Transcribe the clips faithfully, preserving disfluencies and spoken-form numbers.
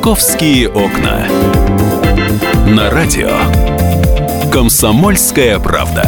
«Московские окна». На радио «Комсомольская правда».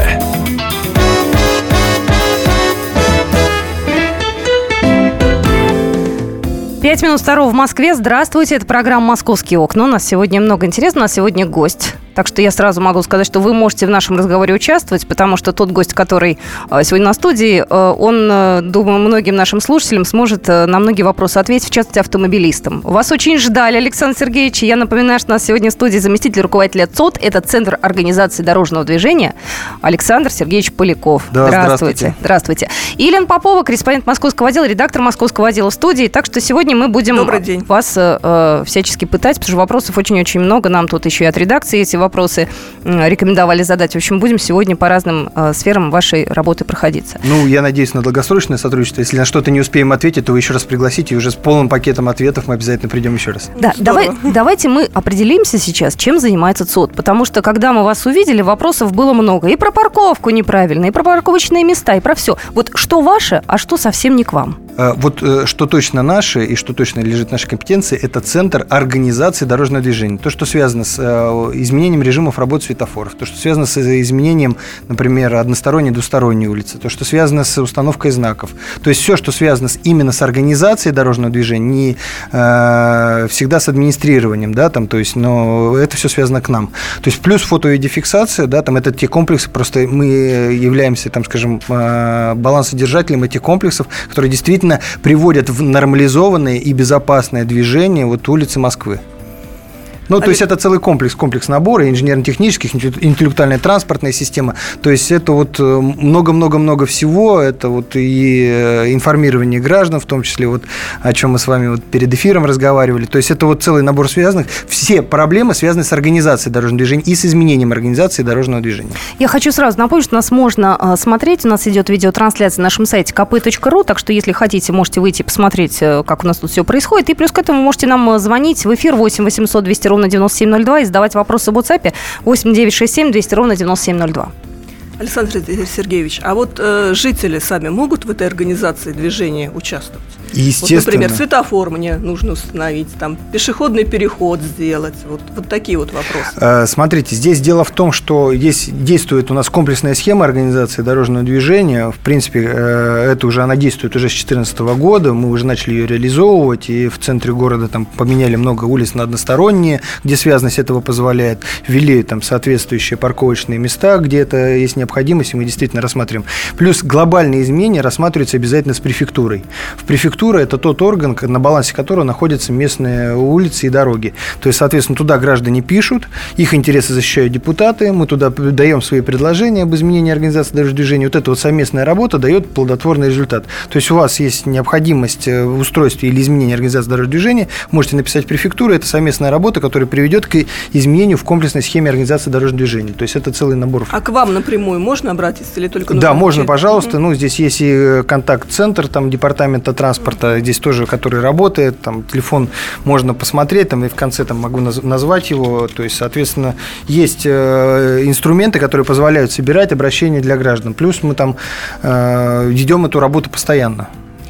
Пять минут второго в Москве. Здравствуйте, это программа «Московские окна». У нас сегодня много интересного, у нас сегодня гость. Так что я сразу могу сказать, что вы можете в нашем разговоре участвовать, потому что тот гость, который сегодня на студии, он, думаю, многим нашим слушателям сможет на многие вопросы ответить, в частности, автомобилистам. Вас очень ждали, Александр Сергеевич. Я напоминаю, что у нас сегодня в студии заместитель руководителя ЦОД, это Центр организации дорожного движения, Александр Сергеевич Поляков. Да, здравствуйте. Здравствуйте. И Елена Попова, корреспондент Московского отдела, редактор Московского отдела студии. Так что сегодня мы будем вас э, всячески пытать, потому что вопросов очень-очень много. Нам тут еще и от редакции эти вопросы рекомендовали задать. В общем, будем сегодня по разным э, сферам вашей работы проходиться. Ну, я надеюсь на долгосрочное сотрудничество. Если на что-то не успеем ответить, то вы еще раз пригласите, и уже с полным пакетом ответов мы обязательно придем еще раз. Да, давай, давайте мы определимся сейчас, чем занимается ЦОД. Потому что, когда мы вас увидели, вопросов было много. И про парковку неправильно, и про парковочные места, и про все. Вот что ваше, а что совсем не к вам? Вот что точно наше и что точно лежит в нашей компетенции, это Центр организации дорожного движения. То, что связано с изменением режимов работы светофоров, то, что связано с изменением, например, односторонней, двусторонней улицы, то, что связано с установкой знаков. То есть все, что связано с, именно с организацией дорожного движения, не э, всегда с администрированием, да, там, то есть, но это все связано к нам. То есть плюс фото-видеофиксация, да, там, это те комплексы, просто мы являемся, там, скажем, балансодержателем этих комплексов, которые действительно приводят в нормализованное и безопасное движение вот улицы Москвы. Ну, то есть это целый комплекс, комплекс набора инженерно-технических, интеллектуальная транспортная система. То есть это вот много-много-много всего. Это вот и информирование граждан, в том числе вот о чем мы с вами вот перед эфиром разговаривали. То есть это вот целый набор связанных. Все проблемы связаны с организацией дорожного движения и с изменением организации дорожного движения. Я хочу сразу напомнить, что нас можно смотреть. У нас идет видеотрансляция на нашем сайте ка пэ точка ру, так что если хотите, можете выйти посмотреть, как у нас тут все происходит. И плюс к этому можете нам звонить в эфир восемь восемьсот двести ровно девяносто семь ноль два и задавать вопросы в WhatsApp восемь девятьсот шестьдесят семь двести ровно девяносто семь ноль два. Александр Сергеевич, а вот э, жители сами могут в этой организации движения участвовать? Естественно. Вот, например, светофор мне нужно установить, там, пешеходный переход сделать, вот, вот такие вот вопросы. Смотрите, здесь дело в том, что здесь действует у нас комплексная схема организации дорожного движения. В принципе, это уже она действует уже с две тысячи четырнадцатого года, мы уже начали ее реализовывать, и в центре города там поменяли много улиц на односторонние, где связанность этого позволяет, ввели там соответствующие парковочные места, где это есть необходимость, и мы действительно рассматриваем. Плюс глобальные изменения рассматриваются обязательно с префектурой. В префектуре это тот орган, на балансе которого находятся местные улицы и дороги. То есть, соответственно, туда граждане пишут, их интересы защищают депутаты, мы туда даем свои предложения об изменении организации дорожного движения. Вот эта вот совместная работа дает плодотворный результат. То есть, у вас есть необходимость в устройстве или изменении организации дорожного движения, можете написать в префектуру, это совместная работа, которая приведет к изменению в комплексной схеме организации дорожного движения. То есть, это целый набор. А к вам напрямую можно обратиться или только Да, можно, пожалуйста. Mm-hmm. Ну, здесь есть и контакт-центр там, департамента транспорта, здесь тоже, который работает, там телефон можно посмотреть, там и в конце там могу назвать его, то есть, соответственно, есть э, инструменты, которые позволяют собирать обращения для граждан, плюс мы там э, ведем эту работу постоянно.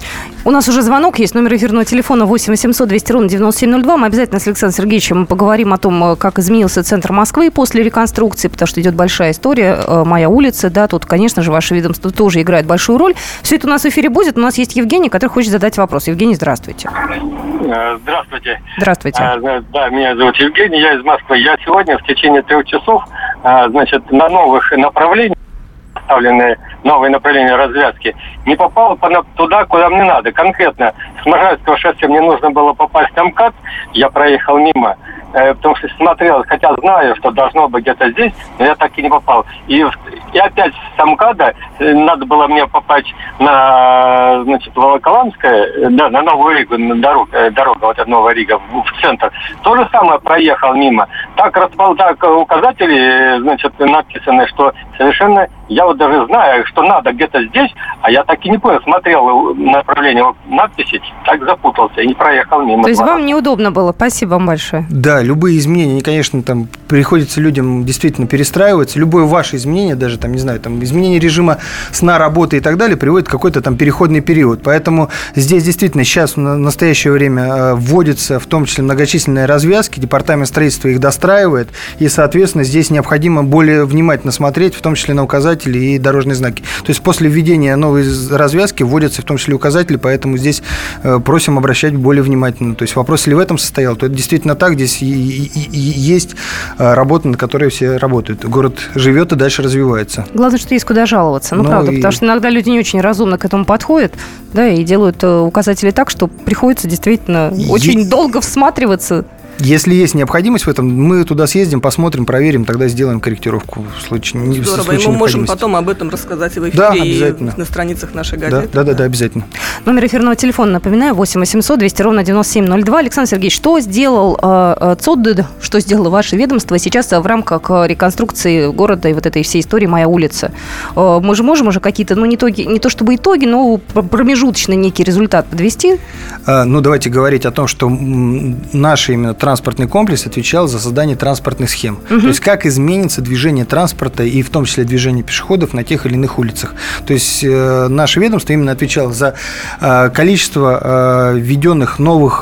У нас уже звонок есть, номер эфирного телефона восемь восемьсот двести ровно девяносто семь ноль два. Мы обязательно с Александром Сергеевичем поговорим о том, как изменился центр Москвы после реконструкции, потому что идет большая история. Моя улица, да, тут, конечно же, ваше ведомство тоже играет большую роль. Все это у нас в эфире будет. У нас есть Евгений, который хочет задать вопрос. Евгений, здравствуйте. Здравствуйте. Здравствуйте. А, да, меня зовут Евгений, я из Москвы. Я сегодня в течение трех часов, а, значит, на новых направлениях, поставленные новые направления развязки, не попал туда, куда мне надо. Конкретно с Можайского шоссе мне нужно было попасть в МКАД, я проехал мимо, э, потому что смотрел, хотя знаю, что должно быть где-то здесь, но я так и не попал. И, и опять с МКАДа надо было мне попасть на, значит, Волоколамское, да, на Новую Ригу, на дорогу, дорога, вот эта Новая Рига, в, в центр. То же самое проехал мимо. Так, распол, так указатели, значит, написаны, что совершенно, я вот даже знаю, что надо где-то здесь, а я так и не понял, смотрел направление надписи, так запутался и не проехал мимо. То есть двора. вам неудобно было? Спасибо вам большое. Да, любые изменения, они, конечно, там приходится людям действительно перестраиваться. Любое ваше изменение, даже там, не знаю, там изменение режима сна, работы и так далее, приводит к какой-то там переходный период. Поэтому здесь действительно сейчас в настоящее время вводятся в том числе многочисленные развязки, департамент строительства их достраивает, и, соответственно, здесь необходимо более внимательно смотреть, в том числе на указатели и дорожные знаки. То есть после введения новой развязки вводятся в том числе указатели, поэтому здесь просим обращать более внимательно. То есть вопрос, если в этом состоял, то это действительно так, здесь и, и, и есть работа, на которой все работают. Город живет и дальше развивается. Главное, что есть куда жаловаться. Ну, ну правда, и... потому что иногда люди не очень разумно к этому подходят, да, и делают указатели так, что приходится действительно е... очень долго всматриваться. Если есть необходимость в этом, мы туда съездим, посмотрим, проверим, тогда сделаем корректировку в случае, Здорово, в случае и мы можем потом об этом рассказать и в эфире, да, и на страницах нашей газеты. Да, да, да, да, обязательно. Номер эфирного телефона, напоминаю, восемь восемьсот двести ровно девяносто семь ноль два. Александр Сергеевич, что сделал э, ЦОДД, что сделало ваше ведомство сейчас в рамках реконструкции города и вот этой всей истории «Моя улица»? Э, мы же можем уже какие-то, ну, не, итоги, не то чтобы итоги, но промежуточный некий результат подвести? А, ну, давайте говорить о том, что наш именно транспортный комплекс отвечал за создание транспортных схем. Угу. То есть, как изменится движение транспорта и в том числе движение пешеходов на тех или иных улицах. То есть, э, наше ведомство именно отвечало за э, количество э, введенных новых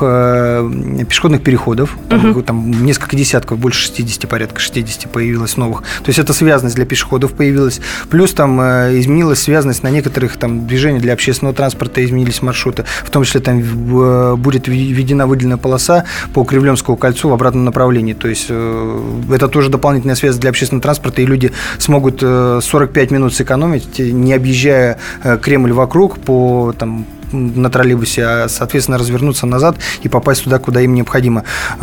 э, пешеходных переходов. Там, угу. там несколько десятков, больше шестидесяти, порядка шестидесяти появилось новых. То есть, это связанность для пешеходов появилась. Плюс там э, изменилась связанность на некоторых там движениях для общественного транспорта, изменились маршруты. В том числе, там э, будет введена выделенная полоса по Кривлемскому кольцу в обратном направлении. То есть э, это тоже дополнительная связь для общественного транспорта, и люди смогут э, сорок пять минут сэкономить, не объезжая э, Кремль вокруг по там, на троллейбусе, а, соответственно, развернуться назад и попасть туда, куда им необходимо.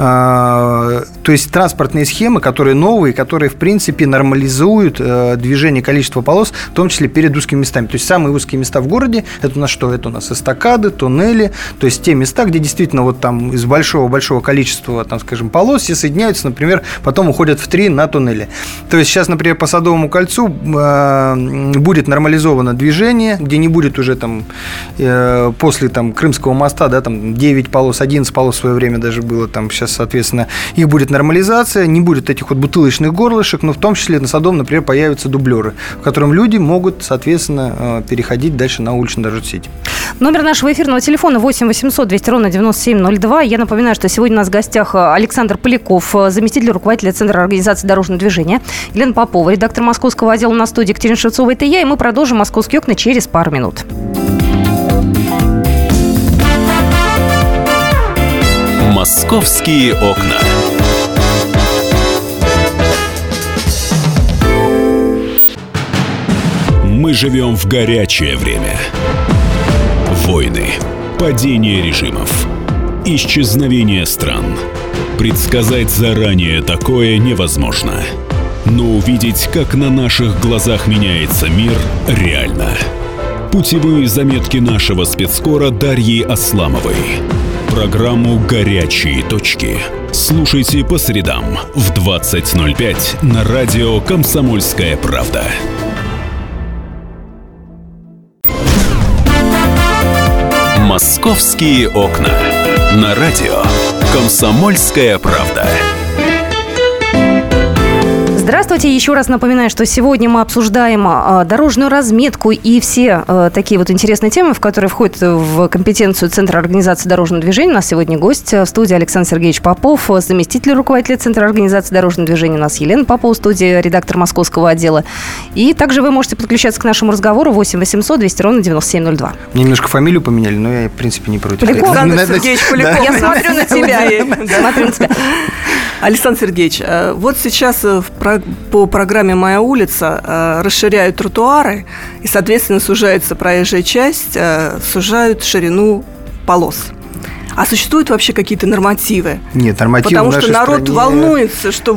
А, то есть транспортные схемы, которые новые, которые, в принципе, нормализуют а, движение, количество полос, в том числе перед узкими местами. То есть самые узкие места в городе, это у нас что? Это у нас эстакады, туннели, то есть те места, где действительно вот там из большого-большого количества, там, скажем, полос все соединяются, например, потом уходят в три на туннели. То есть сейчас, например, по Садовому кольцу а, будет нормализовано движение, где не будет уже там после там, Крымского моста, да, там девять полос, одиннадцать полос в свое время даже было, там сейчас, соответственно, их будет нормализация, не будет этих вот бутылочных горлышек, но в том числе на Садовом, например, появятся дублеры, в котором люди могут, соответственно, переходить дальше на уличную дорожную сеть. Номер нашего эфирного телефона восемь восемьсот двести ровно девяносто семь ноль два. Я напоминаю, что сегодня у нас в гостях Александр Поляков, заместитель руководителя Центра организации дорожного движения, Елена Попова, редактор московского отдела на студии, Екатерина Шевцова, это я, и мы продолжим «Московские окна» через пару минут. «Московские окна». Мы живем в горячее время. Войны, падение режимов, исчезновение стран. Предсказать заранее такое невозможно. Но увидеть, как на наших глазах меняется мир, реально. Путевые заметки нашего спецкора Дарьи Асламовой. Программу «Горячие точки» слушайте по средам в двадцать ноль пять на радио «Комсомольская правда». «Московские окна» на радио «Комсомольская правда». Здравствуйте. Еще раз напоминаю, что сегодня мы обсуждаем а, дорожную разметку и все а, такие вот интересные темы, в которые входят в компетенцию Центра организации дорожного движения. У нас сегодня гость в студии Александр Сергеевич Попов, заместитель руководителя Центра организации дорожного движения. У нас Елена Попова в студии, редактор московского отдела. И также вы можете подключаться к нашему разговору восемь восемьсот двести ровно девяносто семь ноль два. Мне немножко фамилию поменяли, но я, в принципе, не против. Александр Сергеевич Поляков, я смотрю на тебя. Смотрю на тебя. Александр Сергеевич, вот сейчас по программе «Моя улица» расширяют тротуары и, соответственно, сужается проезжая часть, сужают ширину полос. А существуют вообще какие-то нормативы? Нет, нормативы Потому в нашей что народ стране... волнуется, что вот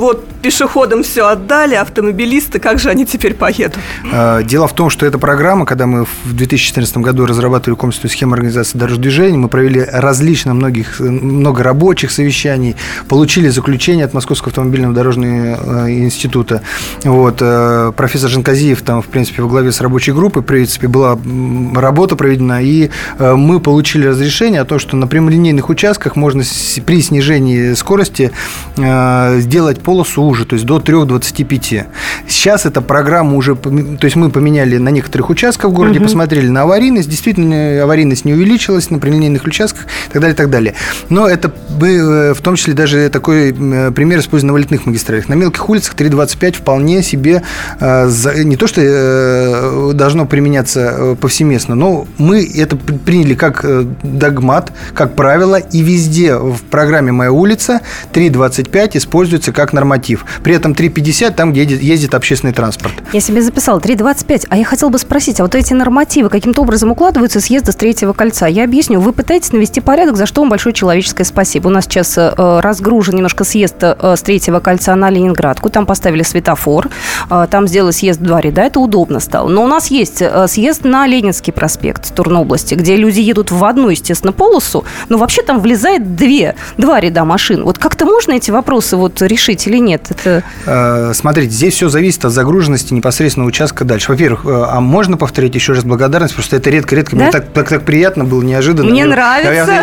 пешеходам все отдали, автомобилисты, как же они теперь поедут? Дело в том, что эта программа, когда мы в две тысячи четырнадцатом году разрабатывали комплексную схему организации дорожного движения, мы провели различно многих, много рабочих совещаний, получили заключение от Московского автомобильного дорожного института. Вот. Профессор Жанказиев там, в принципе, во главе с рабочей группой, в принципе, была работа проведена, и мы получили разрешение о том, что на прямолинейных участках можно при снижении скорости сделать полосу уже, то есть до три двадцать пять. Сейчас эта программа уже, то есть мы поменяли на некоторых участках в городе, uh-huh. посмотрели на аварийность, действительно аварийность не увеличилась на прямолинейных участках и так далее, и так далее. Но это в том числе даже такой пример использования на вылетных магистралях. На мелких улицах три двадцать пять вполне себе не то, что должно применяться повсеместно, но мы это приняли как догмат, как правило, и везде в программе «Моя улица» три двадцать пять используется как норматив. При этом три пятьдесят там, где ездит общественный транспорт. Я себе записала три двадцать пять, а я хотела бы спросить, а вот эти нормативы каким-то образом укладываются в съезда с Третьего кольца? Я объясню. Вы пытаетесь навести порядок, за что вам большое человеческое спасибо. У нас сейчас э, разгружен немножко съезд э, с Третьего кольца на Ленинградку. Там поставили светофор, э, там сделали съезд в два ряда. Это удобно стало. Но у нас есть э, съезд на Ленинский проспект в Турнобласти, где люди едут в одну, естественно, полосу, но вообще там влезает две, два ряда машин. Вот как-то можно эти вопросы вот решить или нет? Это... Э, смотрите, здесь все зависит от загруженности непосредственно участка дальше. Во-первых, э, а можно повторить еще раз благодарность, просто это редко-редко. Да? Мне так, так, так приятно было, неожиданно. Мне нравится.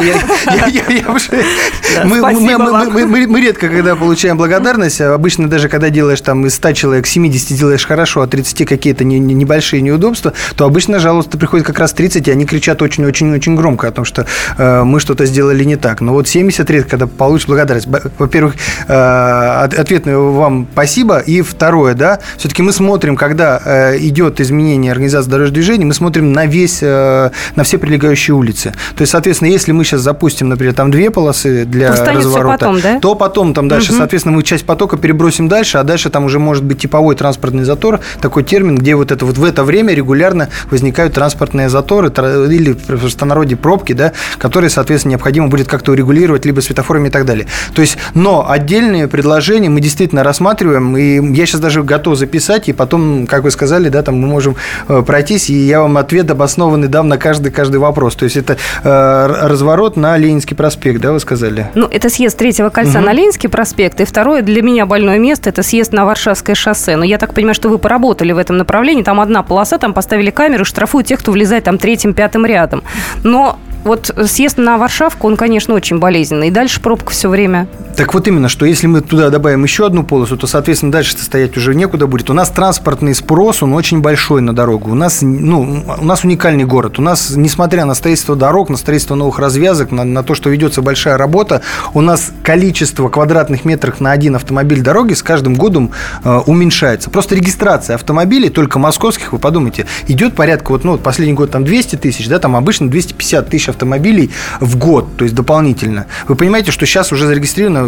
Мы редко, когда получаем благодарность, обычно даже когда делаешь там из ста человек семьдесят делаешь хорошо, а тридцать какие-то не, не, небольшие неудобства, то обычно жалобы приходят как раз тридцать, и они кричат очень-очень-очень громко о том, что э, мы что-то сделали не так. Но вот семьдесят редко, когда получишь благодарность. Во-первых, э, ответ вам спасибо. И второе, да, все-таки мы смотрим, когда э, идет изменение организации дорожного движения, мы смотрим на весь, э, на все прилегающие улицы. То есть, соответственно, если мы сейчас запустим, например, там две полосы для разворота, потом, да? то потом там дальше, угу. соответственно, мы часть потока перебросим дальше, а дальше там уже может быть типовой транспортный затор, такой термин, где вот это вот в это время регулярно возникают транспортные заторы или в простонародье пробки, да, которые, соответственно, необходимо будет как-то урегулировать либо светофорами и так далее. То есть, но отдельные предложения мы действительно рассматриваем, и я сейчас даже готов записать, и потом, как вы сказали, да, там мы можем пройтись, и я вам ответ обоснованный дам на каждый, каждый вопрос. То есть, это э, разворот на Ленинский проспект, да, вы сказали? Ну, это съезд Третьего кольца угу. на Ленинский проспект, и второе, для меня больное место, это съезд на Варшавское шоссе. Но я так понимаю, что вы поработали в этом направлении, там одна полоса, там поставили камеру, штрафуют тех, кто влезает там третьим, пятым рядом. Но вот съезд на Варшавку, он, конечно, очень болезненный. И дальше пробка все время. Так вот именно, что если мы туда добавим еще одну полосу, то, соответственно, дальше стоять уже некуда будет. У нас транспортный спрос, он очень большой на дорогу. У нас, ну, у нас уникальный город. У нас, несмотря на строительство дорог, на строительство новых развязок, на, на то, что ведется большая работа, у нас количество квадратных метров на один автомобиль дороги с каждым годом э, уменьшается. Просто регистрация автомобилей, только московских, вы подумайте, идет порядка, вот, ну, вот последний год там двести тысяч, да, там обычно двести пятьдесят тысяч автомобилей в год, то есть дополнительно. Вы понимаете, что сейчас уже зарегистрировано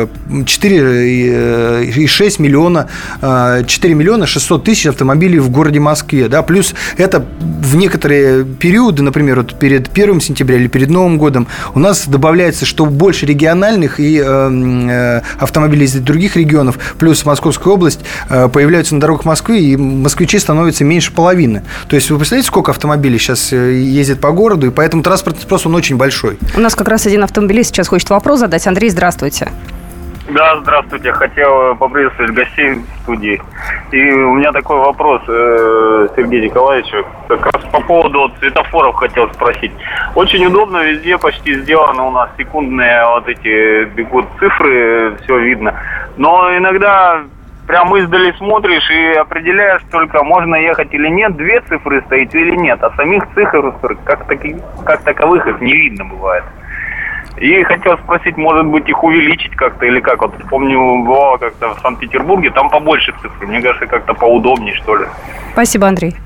четыре и шесть миллиона, четыре миллиона шестьсот тысяч автомобилей в городе Москве, да, плюс это в некоторые периоды, например, вот перед первым сентября или перед Новым годом у нас добавляется, что больше региональных и э, автомобилей из других регионов, плюс Московская область э, появляются на дорогах Москвы, и москвичей становится меньше половины. То есть вы представляете, сколько автомобилей сейчас ездит по городу, и поэтому транспортный спрос, он очень большой. У нас как раз один автомобилист сейчас хочет вопрос задать. Андрей, здравствуйте. Да, здравствуйте. Хотел поприветствовать гостей в студии. И у меня такой вопрос Сергею Николаевичу. Как раз по поводу вот, светофоров хотел спросить. Очень удобно, везде почти сделано у нас секундные вот эти бегут цифры, все видно. Но иногда прям издали смотришь и определяешь только, можно ехать или нет, две цифры стоит или нет. А самих цифр как, таки, как таковых их не видно бывает. И хотел спросить, может быть, их увеличить как-то или как? Вот помню, бывало как-то в Санкт-Петербурге, там побольше цифр. Мне кажется, как-то поудобнее, что ли. Спасибо, Андрей.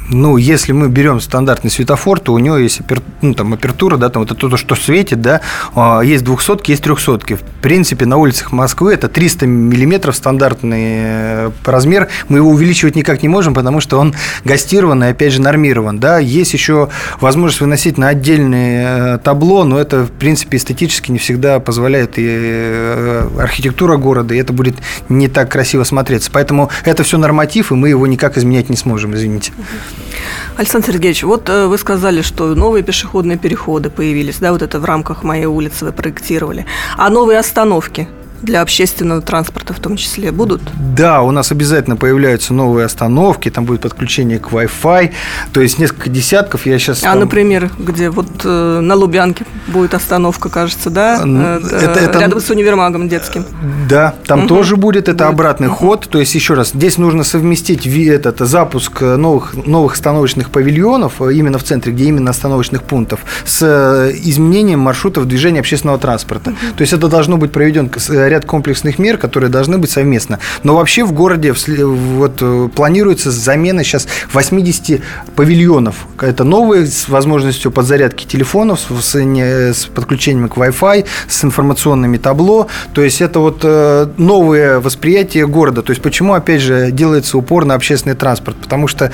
Ну, если мы берем стандартный светофор, то у него есть апер... ну, там, апертура, да, там вот это то, что светит, да, есть двухсотки, есть трехсотки. В принципе, на улицах Москвы это триста миллиметров стандартный размер. Мы его увеличивать никак не можем, потому что он гастирован и, опять же, нормирован. Да. Есть еще возможность выносить на отдельное табло, но это, в принципе, эстетически не всегда позволяет и архитектура города, и это будет не так красиво смотреться. Поэтому это все норматив, и мы его никак изменять не сможем, извините. Александр Сергеевич, вот вы сказали, что новые пешеходные переходы появились, да, вот это в рамках «Моей улицы» вы проектировали. А новые остановки для общественного транспорта в том числе будут? Да, у нас обязательно появляются новые остановки, там будет подключение к Wi-Fi, то есть несколько десятков. Я сейчас. А, там... например, где вот э, на Лубянке будет остановка, кажется, да, э, это, это... рядом с универмагом детским. Да, там угу. тоже будет, это будет. Обратный угу. ход. То есть, еще раз, здесь нужно совместить этот запуск новых, новых остановочных павильонов именно в центре, где именно остановочных пунктов, с изменением маршрутов движения общественного транспорта. Угу. То есть, это должно быть проведен ряд комплексных мер, которые должны быть совместно. Но вообще в городе вот, планируется замена сейчас восемьдесят павильонов. Это новые с возможностью подзарядки телефонов, с, не, с подключением к Wi-Fi, с информационными табло. То есть это вот новое восприятие города. То есть почему, опять же, делается упор на общественный транспорт? Потому что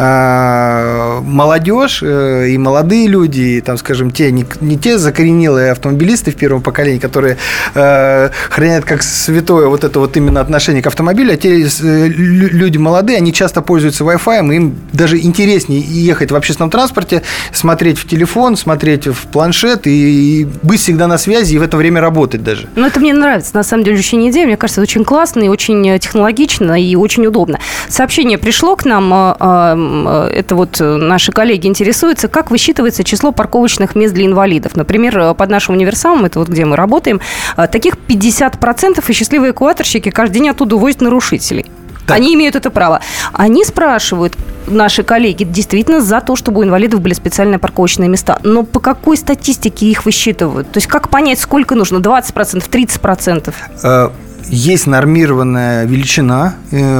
э, молодежь э, и молодые люди, и, там, скажем, те, не, не те закоренелые автомобилисты в первом поколении, которые э, хранят как святое вот это вот именно отношение к автомобилю, а те люди молодые, они часто пользуются Wi-Fi, и им даже интереснее ехать в общественном транспорте, смотреть в телефон, смотреть в планшет и быть всегда на связи и в это время работать даже. Ну, это мне нравится, на самом деле, очень идея. Мне кажется, это очень классно и очень технологично и очень удобно. Сообщение пришло к нам, это вот наши коллеги интересуются, как высчитывается число парковочных мест для инвалидов. Например, под нашим универсамом, это вот где мы работаем, таких пятьдесят процентов, и счастливые экваторщики каждый день оттуда увозят нарушителей. Так. Они имеют это право. Они спрашивают, наши коллеги, действительно за то, чтобы у инвалидов были специальные парковочные места. Но по какой статистике их высчитывают? То есть как понять, сколько нужно? двадцать процентов, тридцать процентов? Есть нормированная величина,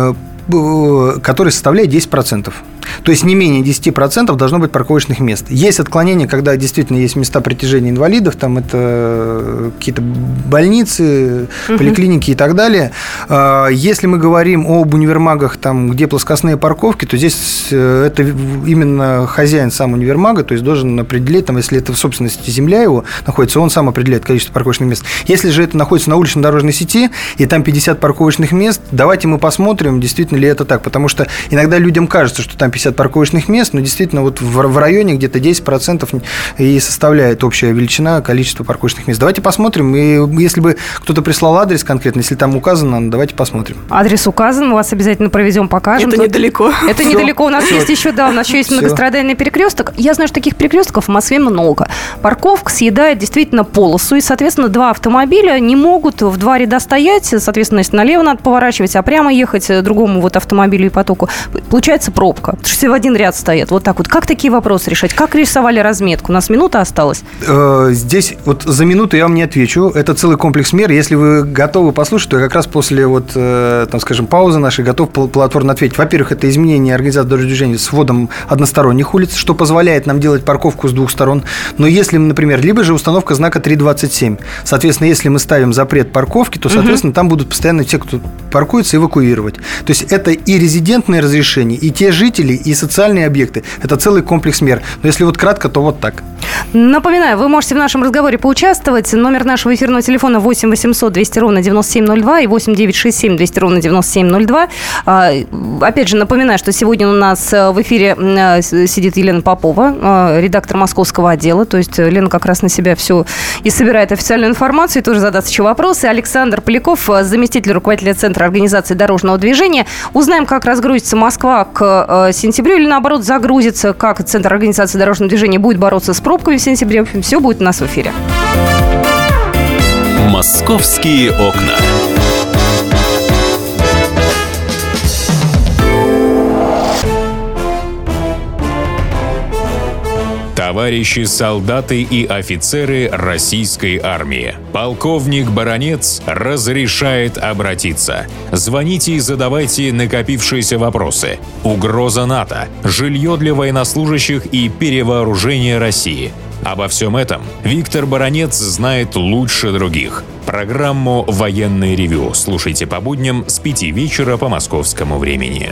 которая составляет десять процентов. То есть не менее десять процентов должно быть парковочных мест. Есть отклонения, когда действительно есть места притяжения инвалидов, там это какие-то больницы, поликлиники и так далее. Если мы говорим об универмагах, там, где плоскостные парковки, то здесь это именно хозяин сам универмага, то есть должен определить, там, если это в собственности земля его находится, он сам определяет количество парковочных мест. Если же это находится на улично-дорожной сети, и там пятьдесят парковочных мест, давайте мы посмотрим, действительно ли это так, потому что иногда людям кажется, что там пятьдесят парковочных мест, но действительно вот в районе где-то десять процентов и составляет общая величина количества парковочных мест. Давайте посмотрим, и если бы кто-то прислал адрес конкретно, если там указано, давайте посмотрим. Адрес указан, мы вас обязательно проведем, покажем. Это Тут... недалеко. Это Все. недалеко, у нас Все. есть еще, да, у нас еще есть Все. многострадальный перекресток. Я знаю, что таких перекрестков в Москве много. Парковка съедает действительно полосу, и, соответственно, два автомобиля не могут в два ряда стоять, соответственно, если налево надо поворачивать, а прямо ехать другому вот автомобилю и потоку, получается пробка. Потому что все в один ряд стоят. Вот так вот. Как такие вопросы решать? Как рисовали разметку? У нас минута осталась. Здесь вот за минуту я вам не отвечу. Это целый комплекс мер. Если вы готовы послушать, то я как раз после вот, там, скажем, паузы нашей готов платформно ответить. Во-первых, это изменение организации дорожного движения с вводом односторонних улиц, что позволяет нам делать парковку с двух сторон. Но если, например, либо же установка знака три двадцать семь. Соответственно, если мы ставим запрет парковки, то, соответственно, угу. там будут постоянно те, кто паркуется, эвакуировать. То есть это и резидентные разрешения, и те жители, и социальные объекты. Это целый комплекс мер. Но если вот кратко, то вот так. Напоминаю, вы можете в нашем разговоре поучаствовать. Номер нашего эфирного телефона восемь восемьсот двести ровно девяносто семь ноль два и восемь девятьсот шестьдесят семь двести ровно девяносто семь ноль два. Опять же, напоминаю, что сегодня у нас в эфире сидит Елена Попова, редактор московского отдела. То есть Лена как раз на себя все и собирает официальную информацию, и тоже задаст еще вопросы. Александр Поляков, заместитель руководителя Центра организации дорожного движения. Узнаем, как разгрузится Москва к сентябрю или, наоборот, загрузится, как Центр организации дорожного движения будет бороться с пробками в сентябре. В общем, все будет у нас в эфире. «Московские окна». товарищи солдаты и офицеры российской армии. Полковник Баранец разрешает обратиться. Звоните и задавайте накопившиеся вопросы. Угроза НАТО, жилье для военнослужащих и перевооружение России. Обо всем этом Виктор Баранец знает лучше других. Программу «Военное ревю» слушайте по будням с пяти вечера по московскому времени.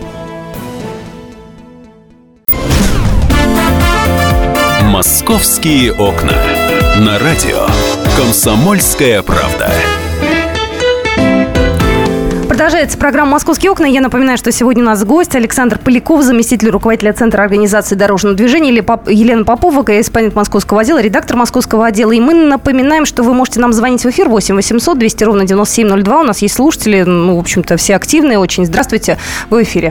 «Московские окна». На радио «Комсомольская правда». Продолжается программа «Московские окна». Я напоминаю, что сегодня у нас гость Александр Поляков, заместитель руководителя Центра организации дорожного движения, Елена Попова, корреспондент московского отдела, редактор московского отдела. И мы напоминаем, что вы можете нам звонить в эфир восемь восемьсот двести ровно девяносто семь ноль два. У нас есть слушатели, ну, в общем-то, все активные очень. Здравствуйте, вы в эфире.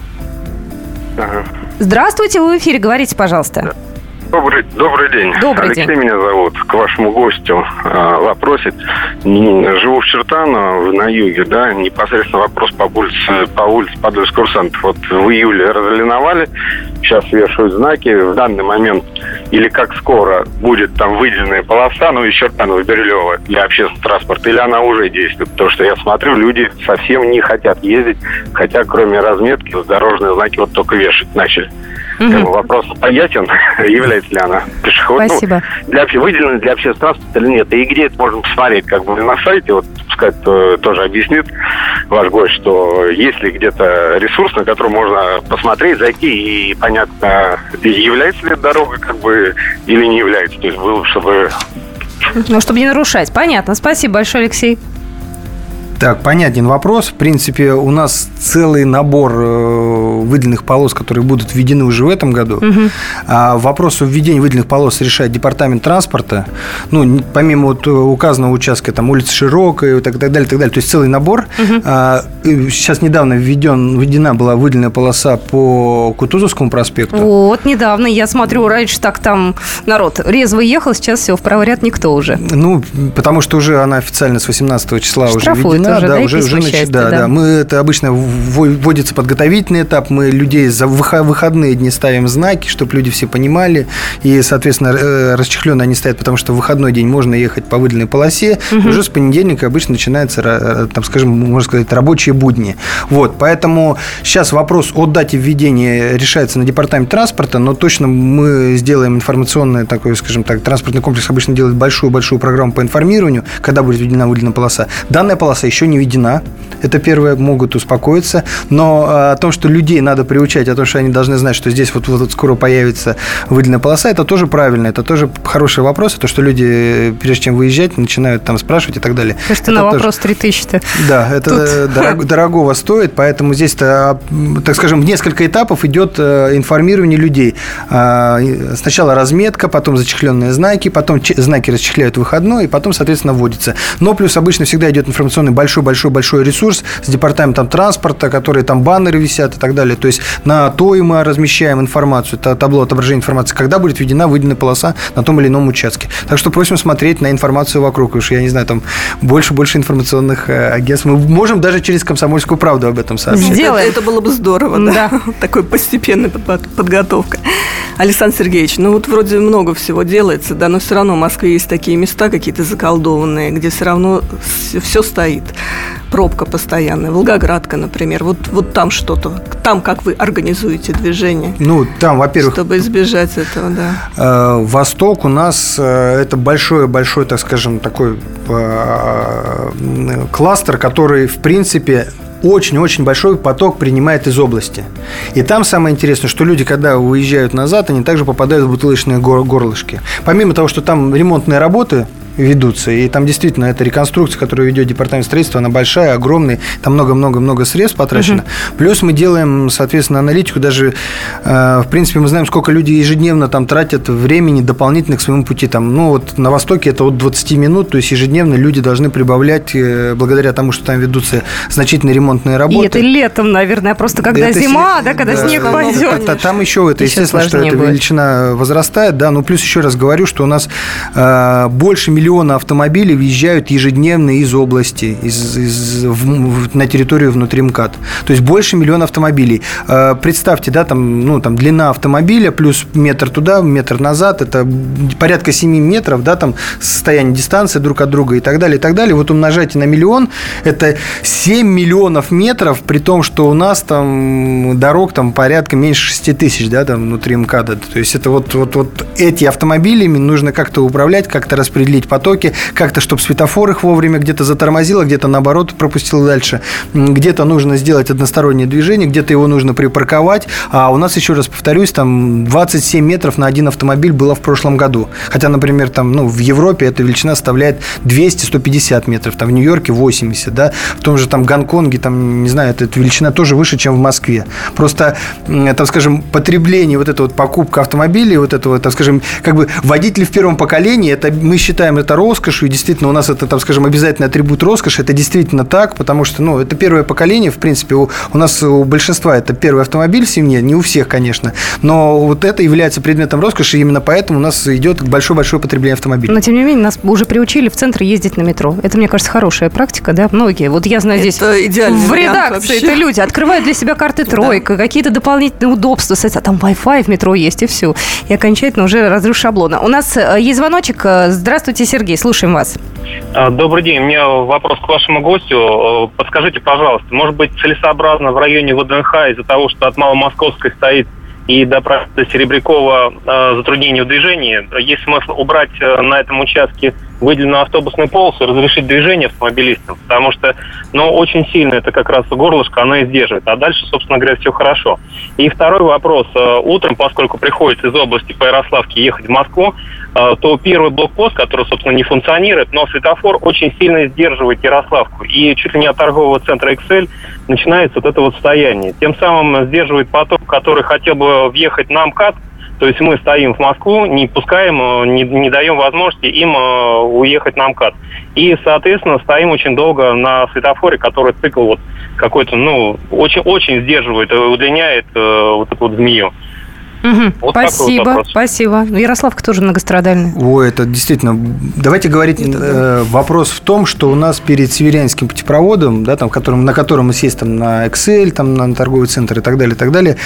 Ага. Здравствуйте, вы в эфире. Говорите, пожалуйста. Добрый, добрый день. Добрый Алексей день. меня зовут. К вашему гостю э, вопросик. Живу в Чертаново, на юге, да, непосредственно вопрос по улице, по улице Подольск курсантов. Вот в июле разлиновали, сейчас вешают знаки. В данный момент, или как скоро, будет там выделенная полоса, ну, из Чертанова, Бирюлева для общественного транспорта, или она уже действует? Потому что я смотрю, люди совсем не хотят ездить, хотя кроме разметки дорожные знаки вот только вешать начали. Угу. Вопрос понятен, является ли она пешеходной, Спасибо. ну, для, выделена для общественного транспорта или нет. И где это можно посмотреть, как бы на сайте, вот пускай то, тоже объяснит ваш гость, что есть ли где-то ресурс, на котором можно посмотреть, зайти и понятно, является ли эта дорога как бы или не является. То есть было, чтобы... Ну, чтобы не нарушать. Понятно. Спасибо большое, Алексей. Так, понятен вопрос. В принципе, у нас целый набор выделенных полос, которые будут введены уже в этом году. Угу. А вопрос о введении выделенных полос решает департамент транспорта. Ну, помимо вот указанного участка, там улица Широкая и так далее, так далее. То есть целый набор. Угу. А, сейчас недавно введен, введена была выделенная полоса по Кутузовскому проспекту. Вот, недавно. Я смотрю, раньше так там народ резво ехал, сейчас все, в правый ряд никто уже. Ну, потому что уже она официально с восемнадцатого числа штрафуют уже введена. Уже, да, да, уже, уже нач... да, да. да. Мы это обычно вводится подготовительный этап. Мы людей за выходные дни ставим знаки, чтобы люди все понимали. И, соответственно, расчехленные они стоят, потому что в выходной день можно ехать по выделенной полосе. Угу. Уже с понедельника обычно начинаются, там, скажем, можно сказать, рабочие будни. Вот, поэтому сейчас вопрос о дате введения решается на департаменте транспорта, но точно мы сделаем информационный такой, скажем так, транспортный комплекс обычно делает большую-большую программу по информированию, когда будет введена выделенная полоса. Данная полоса еще не введена. Это первое, могут успокоиться. Но о том, что людей надо приучать, о том, что они должны знать, что здесь вот, вот скоро появится выделенная полоса, это тоже правильно. Это тоже хороший вопрос. То, что люди, прежде чем выезжать, начинают там спрашивать и так далее. То, что на тоже... вопрос три тысячи-то. Да, это дорого, дорогого стоит. Поэтому здесь-то, так скажем, в несколько этапов идет информирование людей. Сначала разметка, потом зачехленные знаки, потом знаки расчехляют в выходной, и потом, соответственно, вводится. Но плюс обычно всегда идет информационный большой-большой-большой ресурс с департаментом транспорта, которые там баннеры висят и так далее. То есть на то и мы размещаем информацию, это табло отображения информации, когда будет введена выделенная полоса на том или ином участке. Так что просим смотреть на информацию вокруг. Уж я не знаю, там больше-больше информационных агентств. Мы можем даже через «Комсомольскую правду» об этом сообщить. Сделаем. Это, это было бы здорово, да. да. Такой постепенная подготовка. Александр Сергеевич, ну вот вроде много всего делается, да, но все равно в Москве есть такие места какие-то заколдованные, где все равно все стоит. Пробка постоянная. Волгоградка, например. Вот, вот там что-то. Там как вы организуете движение? Ну, там, во-первых... Чтобы избежать этого, да. Восток у нас это большой-большой, так скажем, такой кластер, который, в принципе... очень-очень большой поток принимает из области. И там самое интересное, что люди, когда уезжают назад, они также попадают в бутылочные горлышки. Помимо того, что там ремонтные работы ведутся, и там действительно эта реконструкция, которую ведет департамент строительства, она большая, огромная, там много-много-много средств потрачено. Uh-huh. Плюс мы делаем, соответственно, аналитику, даже, э, в принципе, мы знаем, сколько люди ежедневно там тратят времени дополнительно к своему пути. Там, ну, вот на Востоке это от двадцать минут, то есть ежедневно люди должны прибавлять, э, благодаря тому, что там ведутся значительные ремонтные работы. И это летом, наверное, просто когда это зима, да, когда да, снег да, пойдет. Да, там еще это, естественно, что эта величина возрастает, да, но плюс еще раз говорю, что у нас э, больше миллиона миллиона автомобилей въезжают ежедневно из области, из, из, в, на территорию внутри МКАД. То есть больше миллиона автомобилей. Представьте, да, там, ну, там длина автомобиля плюс метр туда, метр назад, это порядка семь метров, да, там состояние дистанции друг от друга и так далее, и так далее. Вот умножайте на миллион, это семь миллионов метров, при том, что у нас там дорог там порядка меньше шести тысяч, да, там внутри МКАДа. То есть это вот, вот, вот эти автомобилями нужно как-то управлять, как-то распределить потоки, как-то, чтобы светофор их вовремя где-то затормозило, где-то наоборот пропустил дальше, где-то нужно сделать одностороннее движение, где-то его нужно припарковать, а у нас, еще раз повторюсь, там двадцать семь метров на один автомобиль было в прошлом году, хотя, например, там, ну, в Европе эта величина составляет двести - сто пятьдесят метров, там в Нью-Йорке восемьдесят, да, в том же там Гонконге, там, не знаю, эта величина тоже выше, чем в Москве. Просто, так скажем, потребление, вот эта вот покупка автомобилей, вот это вот, так скажем, как бы водитель в первом поколении, это мы считаем это роскошью, и действительно у нас это, так скажем, обязательный атрибут роскоши, это действительно так, потому что, ну, это первое поколение, в принципе, у, у нас у большинства это первый автомобиль в семье, не у всех, конечно, но вот это является предметом роскоши, и именно поэтому у нас идет большое-большое потребление автомобилей. Но, тем не менее, нас уже приучили в центр ездить на метро. Это, мне кажется, хорошая практика, да, многие. Вот я знаю, здесь это идеальный в редакции это люди открывают для себя карты тройка, да, какие-то дополнительные удобства, а там Wi-Fi в метро есть, и все. И окончательно уже разрыв шаблона. У нас есть звоночек. Здравствуйте, Сергей, слушаем вас. Добрый день. У меня вопрос к вашему гостю. Подскажите, пожалуйста, может быть, целесообразно в районе ВДНХ из-за того, что от Маломосковской стоит и до проспекта Серебрякова э, затруднение в движении, есть смысл убрать э, на этом участке выделенную автобусную полосу и разрешить движение автомобилистам, потому что, ну, очень сильно это как раз горлышко, оно и сдерживает, а дальше, собственно говоря, все хорошо. И второй вопрос. Утром, поскольку приходится из области по Ярославке ехать в Москву, то первый блокпост, который, собственно, не функционирует, но светофор очень сильно сдерживает Ярославку. И чуть ли не от торгового центра «Эксель» начинается вот это вот состояние. Тем самым сдерживает поток, который хотел бы въехать на МКАД. То есть мы стоим в Москву, не пускаем, не, не даем возможности им уехать на МКАД. И, соответственно, стоим очень долго на светофоре, который цикл вот какой-то, ну, очень, очень сдерживает, удлиняет э, вот эту вот змею. Угу. Вот спасибо, вот спасибо. Ярославка тоже многострадальная. Ой, это действительно... Давайте говорить, э, вопрос в том, что у нас перед Северянским путепроводом, да, там, которым, на котором мы съесть там, на Эксель, там, на торговый центр и так далее, и так далее,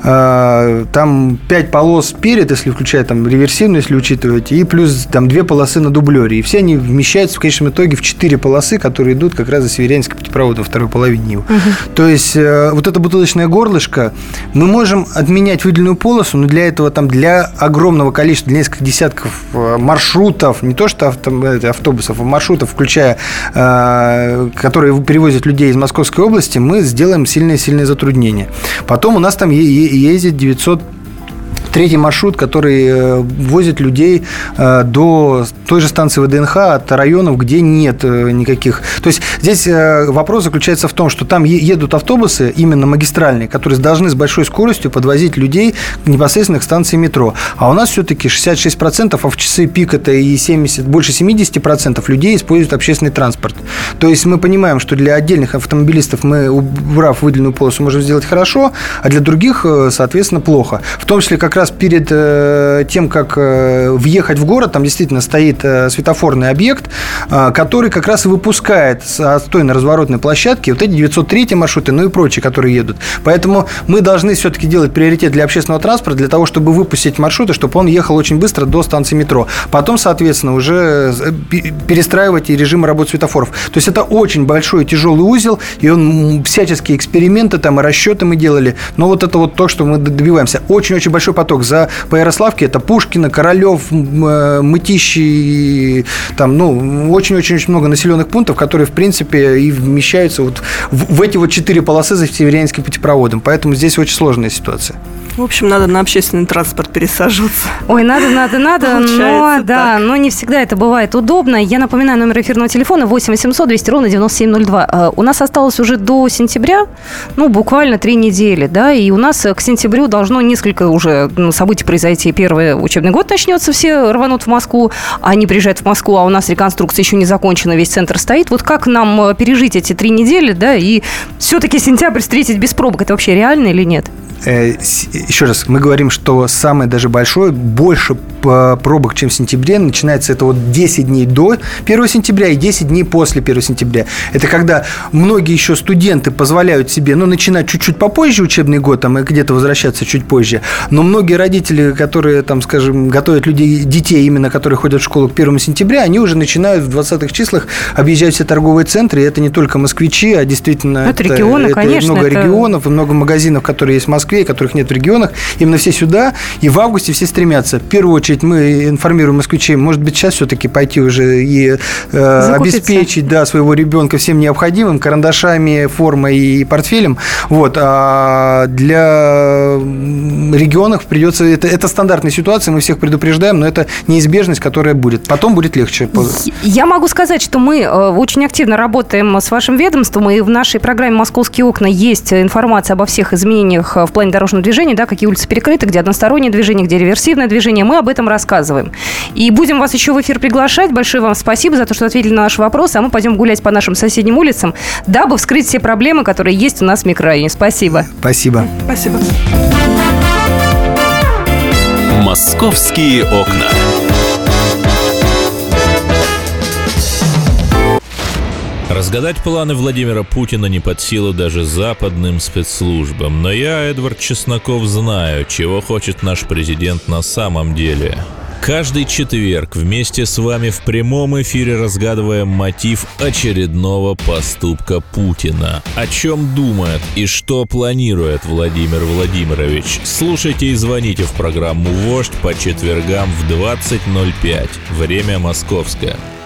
э, там пять полос перед, если включать там реверсивную, если учитывать, и плюс там две полосы на дублере. И все они вмещаются в конечном итоге в четыре полосы, которые идут как раз за Северянским путепроводом, второй половине его. Угу. То есть э, вот это бутылочное горлышко, мы можем отменять выделенную полосу, но для этого там для огромного количества, для нескольких десятков маршрутов, не то что автобусов, а маршрутов, включая, которые перевозят людей из Московской области, мы сделаем сильные-сильные затруднения. Потом у нас там ездит девятьсот третий маршрут, который возит людей до той же станции ВДНХ от районов, где нет никаких... То есть здесь вопрос заключается в том, что там едут автобусы, именно магистральные, которые должны с большой скоростью подвозить людей непосредственно к станции метро. А у нас все-таки шестьдесят шесть процентов, а в часы пик это и семьдесят, больше семьдесят процентов людей используют общественный транспорт. То есть мы понимаем, что для отдельных автомобилистов мы, убрав выделенную полосу, можем сделать хорошо, а для других, соответственно, плохо. В том числе как раз перед э, тем, как э, въехать в город, там действительно стоит э, светофорный объект, э, который как раз и выпускает с отстойной разворотной площадки вот эти девятьсот третий маршруты, ну и прочие, которые едут. Поэтому мы должны все-таки делать приоритет для общественного транспорта, для того, чтобы выпустить маршруты, чтобы он ехал очень быстро до станции метро. Потом, соответственно, уже перестраивать и режимы работы светофоров. То есть это очень большой тяжелый узел, и он всяческие эксперименты там и расчеты мы делали. Но вот это вот то, что мы добиваемся. Очень-очень большой поток. За, по Ярославке это Пушкино, Королев, Мытищи, там, ну, очень-очень много населенных пунктов, которые, в принципе, и вмещаются вот в, в эти вот четыре полосы за Северянским путепроводом. Поэтому здесь очень сложная ситуация. В общем, надо на общественный транспорт пересаживаться. Ой, надо, надо, надо, но, да, но не всегда это бывает удобно. Я напоминаю, номер эфирного телефона восемь восемьсот двести ровно девяносто семь ноль два. У нас осталось уже до сентября, ну, буквально три недели, да, и у нас к сентябрю должно несколько уже событий произойти. Первый учебный год начнется, все рванут в Москву, они приезжают в Москву, а у нас реконструкция еще не закончена, весь центр стоит. Вот как нам пережить эти три недели, да, и все-таки сентябрь встретить без пробок, это вообще реально или нет? Еще раз, мы говорим, что самое даже большое, больше пробок, чем в сентябре, начинается это вот десять дней до первого сентября и десять дней после первого сентября. Это когда многие еще студенты позволяют себе, ну, начинать чуть-чуть попозже учебный год, там, и где-то возвращаться чуть позже, но многие родители, которые, там, скажем, готовят людей, детей именно, которые ходят в школу к первому сентября, они уже начинают в двадцатых числах объезжать все торговые центры, и это не только москвичи, а действительно это, это, регионы, это конечно, много это... регионов, и много магазинов, которые есть в Москве, которых нет в регионах, именно все сюда, и в августе все стремятся. В первую очередь мы информируем москвичей, может быть, сейчас все-таки пойти уже и э, обеспечить, да, своего ребенка всем необходимым, карандашами, формой и портфелем. Вот. А для регионов придется... Это, это стандартная ситуация, мы всех предупреждаем, но это неизбежность, которая будет. Потом будет легче. Я могу сказать, что мы очень активно работаем с вашим ведомством, и в нашей программе «Московские окна» есть информация обо всех изменениях в плане дорожного движения, да, какие улицы перекрыты, где одностороннее движение, где реверсивное движение. Мы об этом рассказываем. И будем вас еще в эфир приглашать. Большое вам спасибо за то, что ответили на наши вопросы, а мы пойдем гулять по нашим соседним улицам, дабы вскрыть все проблемы, которые есть у нас в микрорайоне. Спасибо. Спасибо. Спасибо. «Московские окна». Разгадать планы Владимира Путина не под силу даже западным спецслужбам. Но я, Эдвард Чесноков, знаю, чего хочет наш президент на самом деле. Каждый четверг вместе с вами в прямом эфире разгадываем мотив очередного поступка Путина. О чем думает и что планирует Владимир Владимирович? Слушайте и звоните в программу «Вождь» по четвергам в двадцать ноль пять. Время московское.